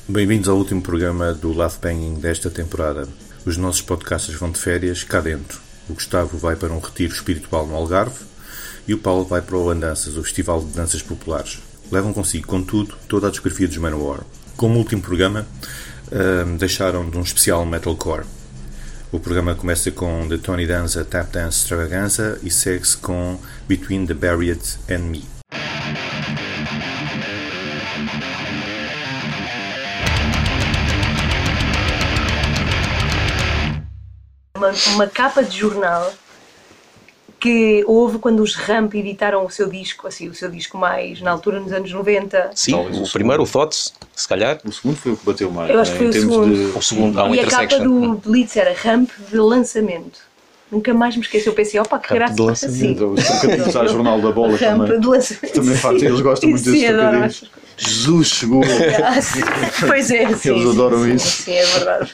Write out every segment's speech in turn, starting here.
Bem-vindos ao último programa do Love Banging desta temporada. Os nossos podcasts vão de férias cá dentro. O Gustavo vai para um retiro espiritual no Algarve e o Paulo vai para o Andanças, o Festival de Danças Populares. Levam consigo, contudo, toda a discografia dos Manowar. Como último programa, deixaram de um especial metalcore. O programa começa com The Tony Danza Tap Dance Extravaganza e segue-se com Between the Buried and Me. Uma capa de jornal que houve quando os Ramp editaram o seu disco, assim, o seu disco mais na altura, nos anos 90. Sim, o primeiro, o Thoughts, se calhar. O segundo foi o que bateu mais. Eu acho que foi o segundo. O segundo, há um e a Intersection. capa do Blitz era Ramp de lançamento. Nunca mais me esqueci. Eu pensei, opa, que graça faz assim. Os trocadilhos ao jornal da bola Ramp também. de lançamento. Também faz, eles gostam muito desses trocadilhos. Adoro. Jesus chegou. Pois é, sim. Eles adoram isso. Sim, é verdade.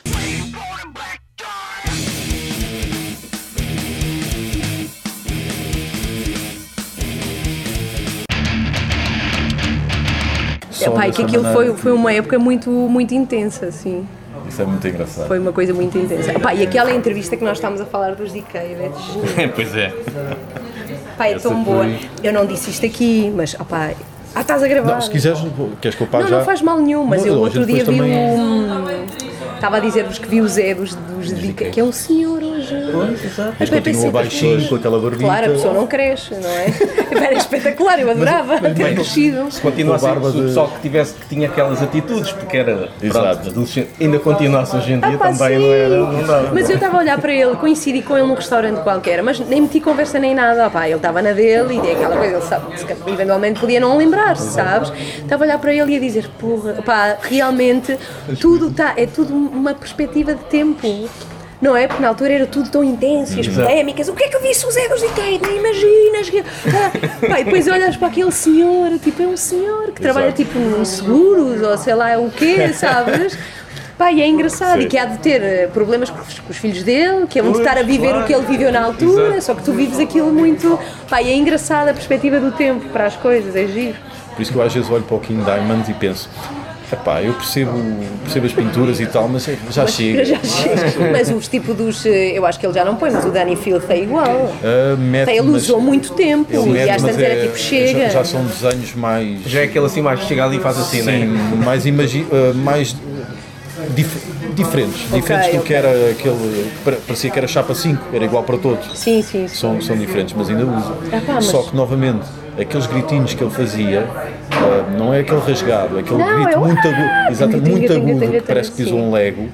Pai, que aquilo foi uma época muito intensa, assim. Isso é muito engraçado. Foi uma coisa muito intensa. Pá, e aquela entrevista que nós estávamos a falar dos DK, é genial. Pois é. Pá, é tão boa. Eu não disse isto aqui, mas, opá, estás a gravar. Não, se quiseres, queres que eu pague já? Não faz mal nenhum, mas eu outro dia vi também... Estava a dizer-vos que vi o Zé dos DK, que é um senhor hoje. Mas continua baixinho, com aquela barbita. Claro, a pessoa não cresce, não é? Era espetacular, eu adorava ter crescido. Se continuasse, se o pessoal que tinha aquelas atitudes, porque era adolescente, ainda continuasse hoje em dia também, sim. não era? Não dava. Mas eu estava a olhar para ele, coincidi com ele num restaurante qualquer, mas nem meti conversa nem nada. Opá, ele estava na dele e aquela coisa, ele sabe, eventualmente podia não lembrar-se, sabes? Estava a olhar para ele e a dizer, porra, opá, realmente tudo é tudo uma perspectiva de tempo. Não é? Porque na altura era tudo tão intenso e as polémicas. O que é que eu disse o Zé dos DK? Nem imaginas. Pá, e depois olhas para aquele senhor, tipo, é um senhor que trabalha tipo em seguros ou sei lá o quê, sabes? Pá, e é engraçado. Sim. E que há de ter problemas com os filhos dele, que é de estar a viver o que ele viveu na altura, só que tu vives aquilo muito. Pá, e é engraçado a perspectiva do tempo para as coisas, é giro. Por isso que eu às vezes olho para o King Diamond e penso, epá, eu percebo as pinturas e tal, mas já chega. Mas os tipo dos, eu acho que ele já não põe, mas o Danny Filth é igual. Ele usou muito tempo e às vezes era tipo, chega. Já são desenhos mais... Já é aquele assim mais que chega ali e faz assim, sim, né? mais diferentes do que era aquele, parecia que era chapa 5, era igual para todos. Sim. São diferentes, mas ainda usam. Só que novamente, aqueles gritinhos que ele fazia, não é aquele rasgado, é aquele grito muito agudo, exatamente, muito agudo, que parece que pisou um Lego.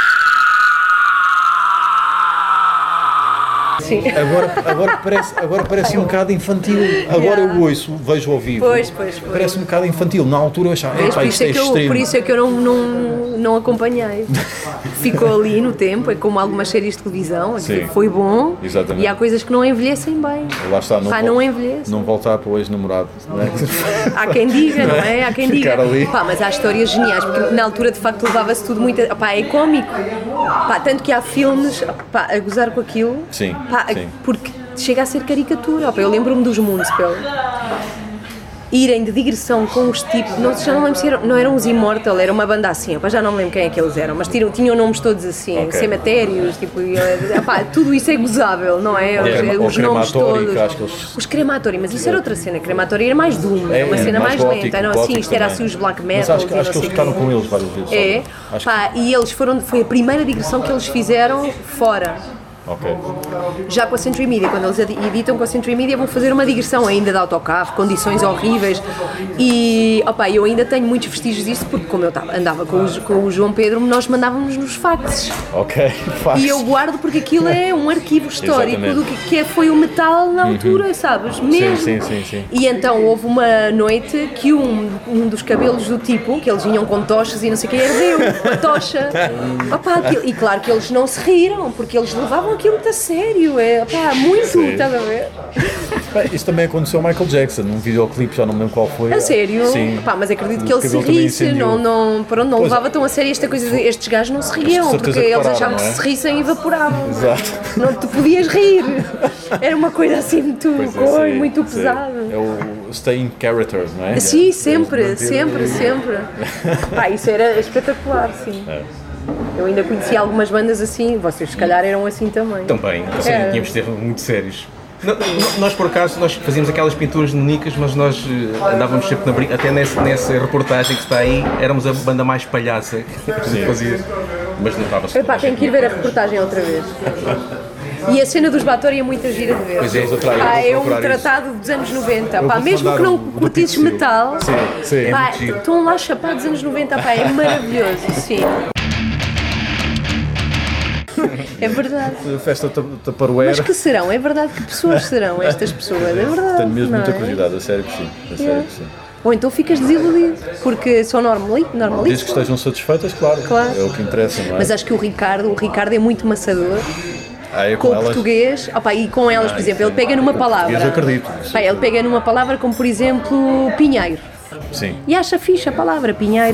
Sim. Agora parece um bocado infantil. Agora eu ouço, vejo ao vivo. Pois. Parece um bocado infantil. Na altura eu achava, isto é extremo. Por isso é que eu não acompanhei. Ficou ali no tempo, é como algumas séries de televisão, foi bom. Exatamente. E há coisas que não envelhecem bem. Lá está, não envelhece. Não voltar para o ex-namorado. Não é? Há quem diga, não é? Há quem diga. Ali. Pá, mas há histórias geniais, porque na altura de facto levava-se tudo muito. Pá, é cómico. Pá, tanto que há filmes a gozar com aquilo. Sim. Pá, porque chega a ser caricatura. Opa, eu lembro-me dos Moonspell irem de digressão com os tipos, já não lembro se não eram os Immortal, era uma banda assim, opa, já não me lembro quem é que eles eram, mas tinham nomes todos assim, cemitérios, tipo, opa, tudo isso é gozável, não é? Os nomes todos. Os crematóri, mas isso era outra cena, crematóri era mais doom, uma cena mais lenta, não, assim, isto era assim os black metal. Mas acho que eles tocaram com eles várias vezes. Pá, e eles foi a primeira digressão que eles fizeram fora. Okay. Já com a Century Media, quando eles editam com a Century Media, vão fazer uma digressão ainda de autocarro, condições horríveis e opa, eu ainda tenho muitos vestígios disso porque como eu andava com o João Pedro, nós mandávamos nos faxes. E eu guardo porque aquilo é um arquivo histórico do que foi o metal na altura, sabes? Mesmo. Sim. E então houve uma noite que um dos cabelos do tipo, que eles vinham com tochas e não sei o que, ardeu a tocha. Opa, e claro que eles não se riram, porque eles levavam aquilo muito a sério, muito, estás a ver? Isso também aconteceu ao Michael Jackson, num videoclipe, já não me lembro qual foi. A sério? Sim. Pá, mas acredito que ele se risse, não levava tão a sério esta coisa de estes gajos não se riam, porque eles achavam que se rissem e evaporavam. Exato. Não te podias rir. Era uma coisa assim muito pesada. stay in character, não é? Sim, sempre. Pá, isso era espetacular, sim. Eu ainda conheci algumas bandas assim, vocês se calhar eram assim também. Também, ou seja, tínhamos de ser muito sérios. Nós, por acaso, nós fazíamos aquelas pinturas únicas, mas nós andávamos sempre na brinca, até nessa reportagem que está aí, éramos a banda mais palhaça que fazia, mas não estava-se. Epá, tenho que ir ver a reportagem outra vez. E a cena dos Batory é muito gira de ver. Pois é, é um tratado dos anos 90. Pá, mesmo que não curtisses metal, pá, estão lá chapados dos anos 90, pá, é maravilhoso, sim. É verdade. Festa Tupperware. Mas que serão? É verdade, que pessoas serão estas pessoas? É verdade. Tenho mesmo muita curiosidade, a sério que sim. Ou então ficas desiludido, porque são normalistas. Desde que estejam satisfeitas, claro. É o que interessa, não é? Mas acho que o Ricardo é muito maçador. Com o português, e com elas, por exemplo, ele pega numa palavra. Eu acredito. Ele pega numa palavra como, por exemplo, pinheiro. Sim. E acha fixe a palavra, pinheiro.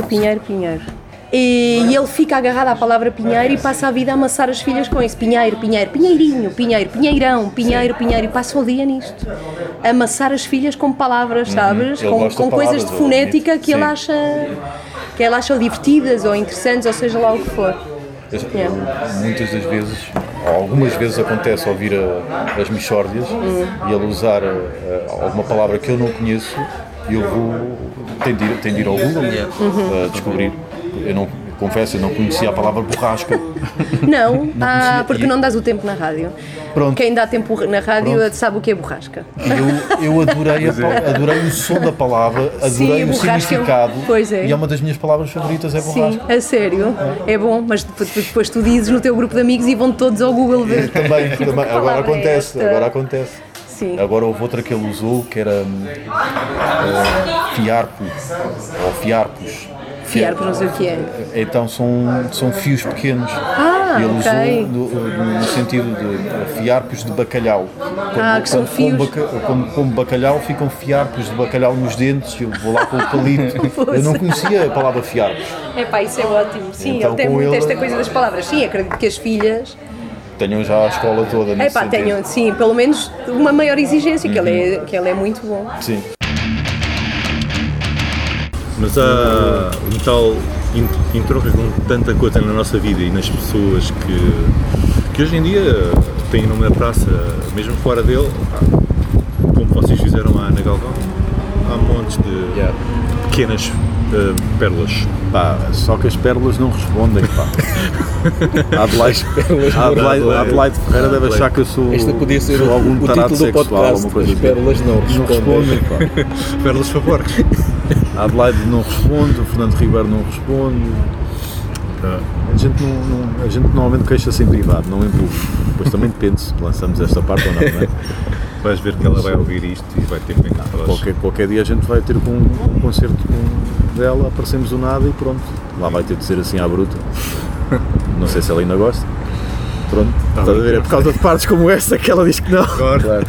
E ele fica agarrado à palavra pinheiro e passa a vida a amassar as filhas com isso. Pinheiro, pinheirinho, pinheirão, e passa o dia nisto. Amassar as filhas com palavras, sabes? Com coisas de fonética que ele acha divertidas ou interessantes, ou seja lá o que for. Muitas das vezes, ou algumas vezes acontece ouvir as mixórdias e ele usar alguma palavra que eu não conheço e eu vou tenho de ir ao Google descobrir. Confesso, eu não conhecia a palavra borrasca. Não, porque não dás o tempo na rádio. Pronto. Quem dá tempo na rádio sabe o que é borrasca. Eu adorei o som da palavra, adorei o significado. Pois é. E é uma das minhas palavras favoritas, é borrasca. Sim, a sério. É bom, mas depois tu dizes no teu grupo de amigos e vão todos ao Google ver. Também. Agora acontece. Sim. Agora houve outra que ele usou que era fiarpo ou fiarpos. Fiarpos, não sei o que é. Então são fios pequenos. Ele usou no sentido de fiarpos de bacalhau. Que são fios. Como bacalhau, ficam fiarpos de bacalhau nos dentes. Eu vou lá com o palito. Eu não conhecia a palavra fiarpos. Isso é ótimo. Sim, então, ele tem muito esta coisa das palavras. Sim, acredito que as filhas tenham já a escola toda nesse sentido. Tenham, sim, pelo menos uma maior exigência, que ele é muito bom. Sim. Mas o metal entronca com tanta coisa na nossa vida e nas pessoas que hoje em dia têm nome na praça, mesmo fora dele, como vocês fizeram à Ana Galvão, há montes de pequenas pérolas. Só que as pérolas não respondem, Adelaide Ferreira deve achar que eu sou algum tarado sexual, alguma coisa. As pérolas não respondem. Pérolas favores. A Adelaide não responde, o Fernando Ribeiro não responde. A gente normalmente queixa-se em privado, não em público. Depois também depende se lançamos esta parte ou não, não é? Vais ver que ela vai ouvir isto e vai ter que falar. Qualquer dia a gente vai ter um concerto dela, aparecemos do nada e pronto. Lá vai ter de ser assim à bruta. Não sei se ela ainda gosta. Pronto, estás a ver? É por causa de partes como esta que ela diz que não. Claro.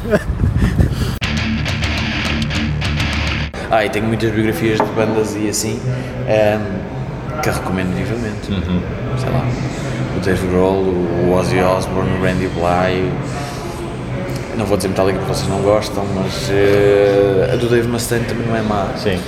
E tenho muitas biografias de bandas e assim que recomendo vivamente. Sei lá, o Dave Grohl, o Ozzy Osbourne, o Randy Bly. Não vou dizer Metallica porque vocês não gostam, mas a do Dave Mustaine também não é má. Sim.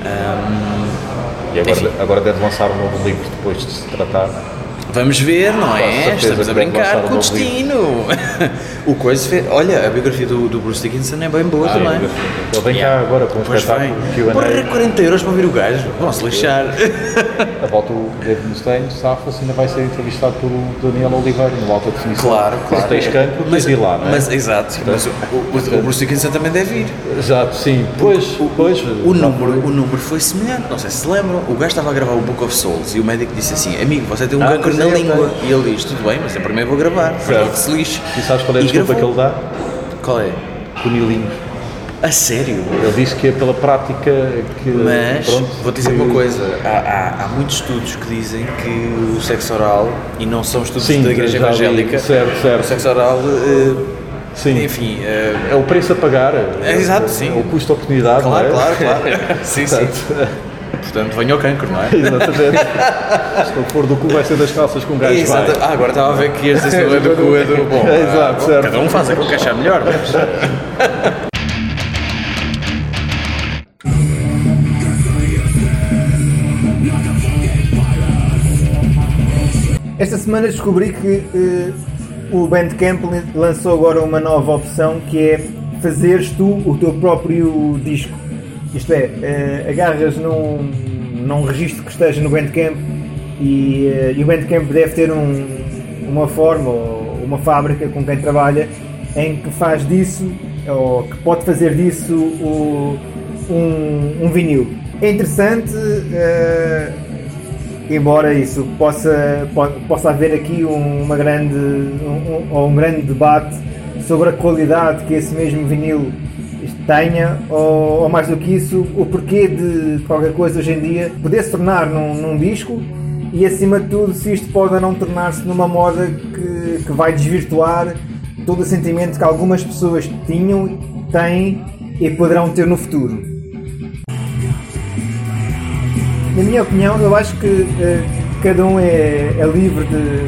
E agora deve lançar um novo livro depois de se tratar. Vamos ver, não é? Estamos a brincar com o destino. O coisa fez. Olha, a biografia do Bruce Dickinson é bem boa também. Ele vem cá agora com um espetáculo. Porra, 40 euros para ouvir o gajo. Vão-se lixar. A volta o David Mustaine, safa-se, ainda vai ser entrevistado pelo Daniel Oliveira, no Alta Definição. Claro. Se tens cancro, tens de ir lá, não é? Exato. Mas o Bruce Dickinson também deve ir. Exato, sim. O número foi semelhante. Não sei se se lembram. O gajo estava a gravar o Book of Souls e o médico disse assim: amigo, você tem um cancro na língua. E ele diz: tudo bem, mas eu primeiro vou gravar. Certo. Que se lixe. E sabes qual é a desculpa que ele dá? Qual é? Cunilinhos. A sério? Ele disse que é pela prática que... Mas, vou-te dizer uma coisa, há muitos estudos que dizem que o sexo oral, e não são estudos da Igreja Evangélica, certo. O sexo oral, sim. Enfim... é o preço a pagar, exato, sim. É o custo de oportunidade, claro, não é? Claro. Sim. Portanto, venha ao cancro, não é? Exatamente. Se não for do cu, vai ser das calças com gás. Exato. Agora estava a ver que este não é do cu, é do... Bom, exato, certo. Cada um faz aquilo que achar melhor, mas... Esta semana descobri que o Bandcamp lançou agora uma nova opção, que é fazeres tu o teu próprio disco. Isto é, agarras num registro que esteja no Bandcamp e o Bandcamp deve ter uma forma ou uma fábrica com quem trabalha em que faz disso, ou que pode fazer disso um vinil. É interessante, embora isso possa haver aqui um grande debate sobre a qualidade que esse mesmo vinil tenha, ou mais do que isso, o porquê de qualquer coisa hoje em dia poder se tornar num disco, e acima de tudo se isto pode ou não tornar-se numa moda que vai desvirtuar todo o sentimento que algumas pessoas têm e poderão ter no futuro. Na minha opinião, eu acho que cada um é livre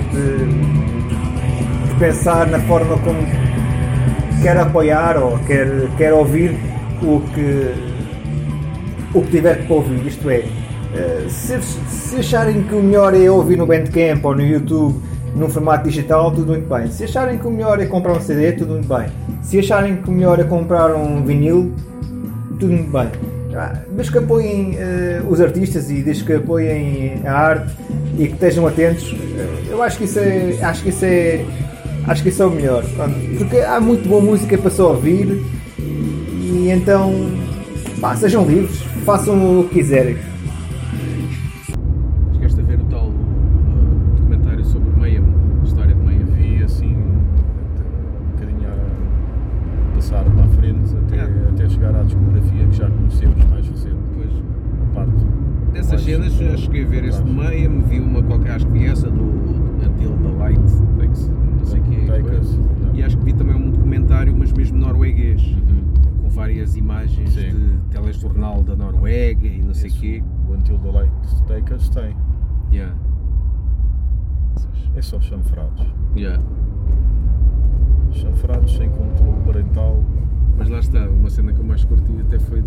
de pensar na forma como quer apoiar ou quer ouvir o que tiver que ouvir. Isto é, se acharem que o melhor é ouvir no Bandcamp ou no YouTube num formato digital, tudo muito bem. Se acharem que o melhor é comprar um CD, tudo muito bem. Se acharem que o melhor é comprar um vinil, tudo muito bem. Desde que apoiem os artistas e desde que apoiem a arte e que estejam atentos, eu acho que isso é o melhor. Porque há muito boa música para se ouvir, e então sejam livres, façam o que quiserem. Chegaste a ver o tal documentário sobre Mayhem, a história de Mayhem? Vi assim um bocadinho a passar para a frente até chegar à discografia que já conhecemos mais recente. Depois, a parte dessas cenas, eu cheguei a ver esse de Mayhem, vi uma qualquer, acho que vi essa do Until the Light Takes, não sei o que é, e acho que vi também um documentário, mas mesmo norueguês, com várias imagens de telejornal da Noruega e não sei o quê. O Until the Light Takes Us tem. Yeah. É só chanfrados. Yeah. Chanfrados sem controle parental. Mas lá está, uma cena que eu mais curti até foi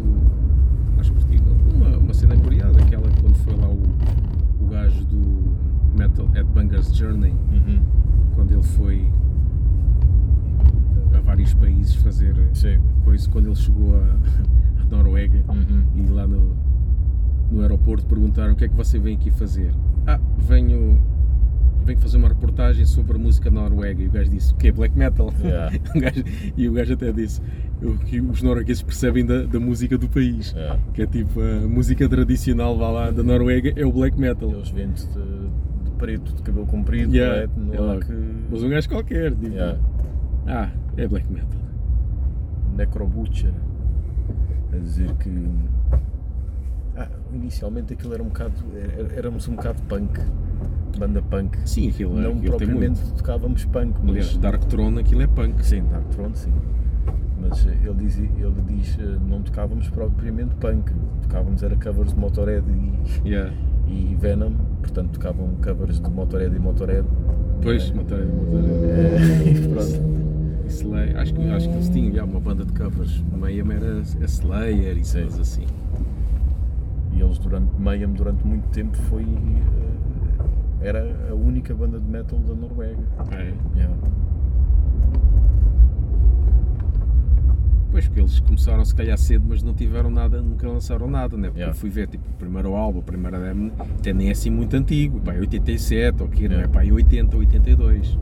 uma cena curiada, aquela quando foi lá o gajo do Metal Headbangers Journey, quando ele foi a vários países fazer coisa, quando ele chegou à Noruega, e lá no aeroporto perguntaram: o que é que você vem aqui fazer? Venho fazer uma reportagem sobre a música noruega. E o gajo disse: o quê? Black metal? Yeah. E o gajo até disse que os noruegueses percebem da música do país, que é tipo a música tradicional da Noruega é o black metal. Eles vêm de preto, de cabelo comprido, mas um gajo qualquer tipo, é black metal. Necrobutcher a dizer que inicialmente aquilo era éramos um bocado punk, banda punk. Sim, aquilo não propriamente tocávamos punk, mas aliás, Darkthrone aquilo é punk. Sim, Darkthrone sim, mas ele diz não tocávamos propriamente punk, tocávamos era covers de Motorhead e Venom, portanto tocavam covers de Motorhead e Motorhead. Pois, Motorhead e Motorhead. Pronto. Slayer, acho que eles tinham uma banda de covers. Mayhem era a Slayer e coisas assim. E eles durante muito tempo era a única banda de metal da Noruega. Pois, porque eles começaram se calhar cedo, mas não tiveram nada, nunca lançaram nada, né? Porque eu fui ver, tipo, o primeiro álbum, a primeira demo, até nem é assim muito antigo, é 87 ou que não é, é 80 ou 82.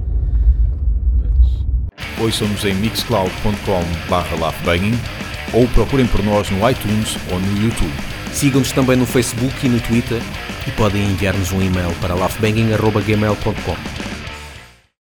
Ouçam-nos em mixcloud.com/laughbanging ou procurem por nós no iTunes ou no YouTube. Sigam-nos também no Facebook e no Twitter e podem enviar-nos um e-mail para laughbanging@gmail.com.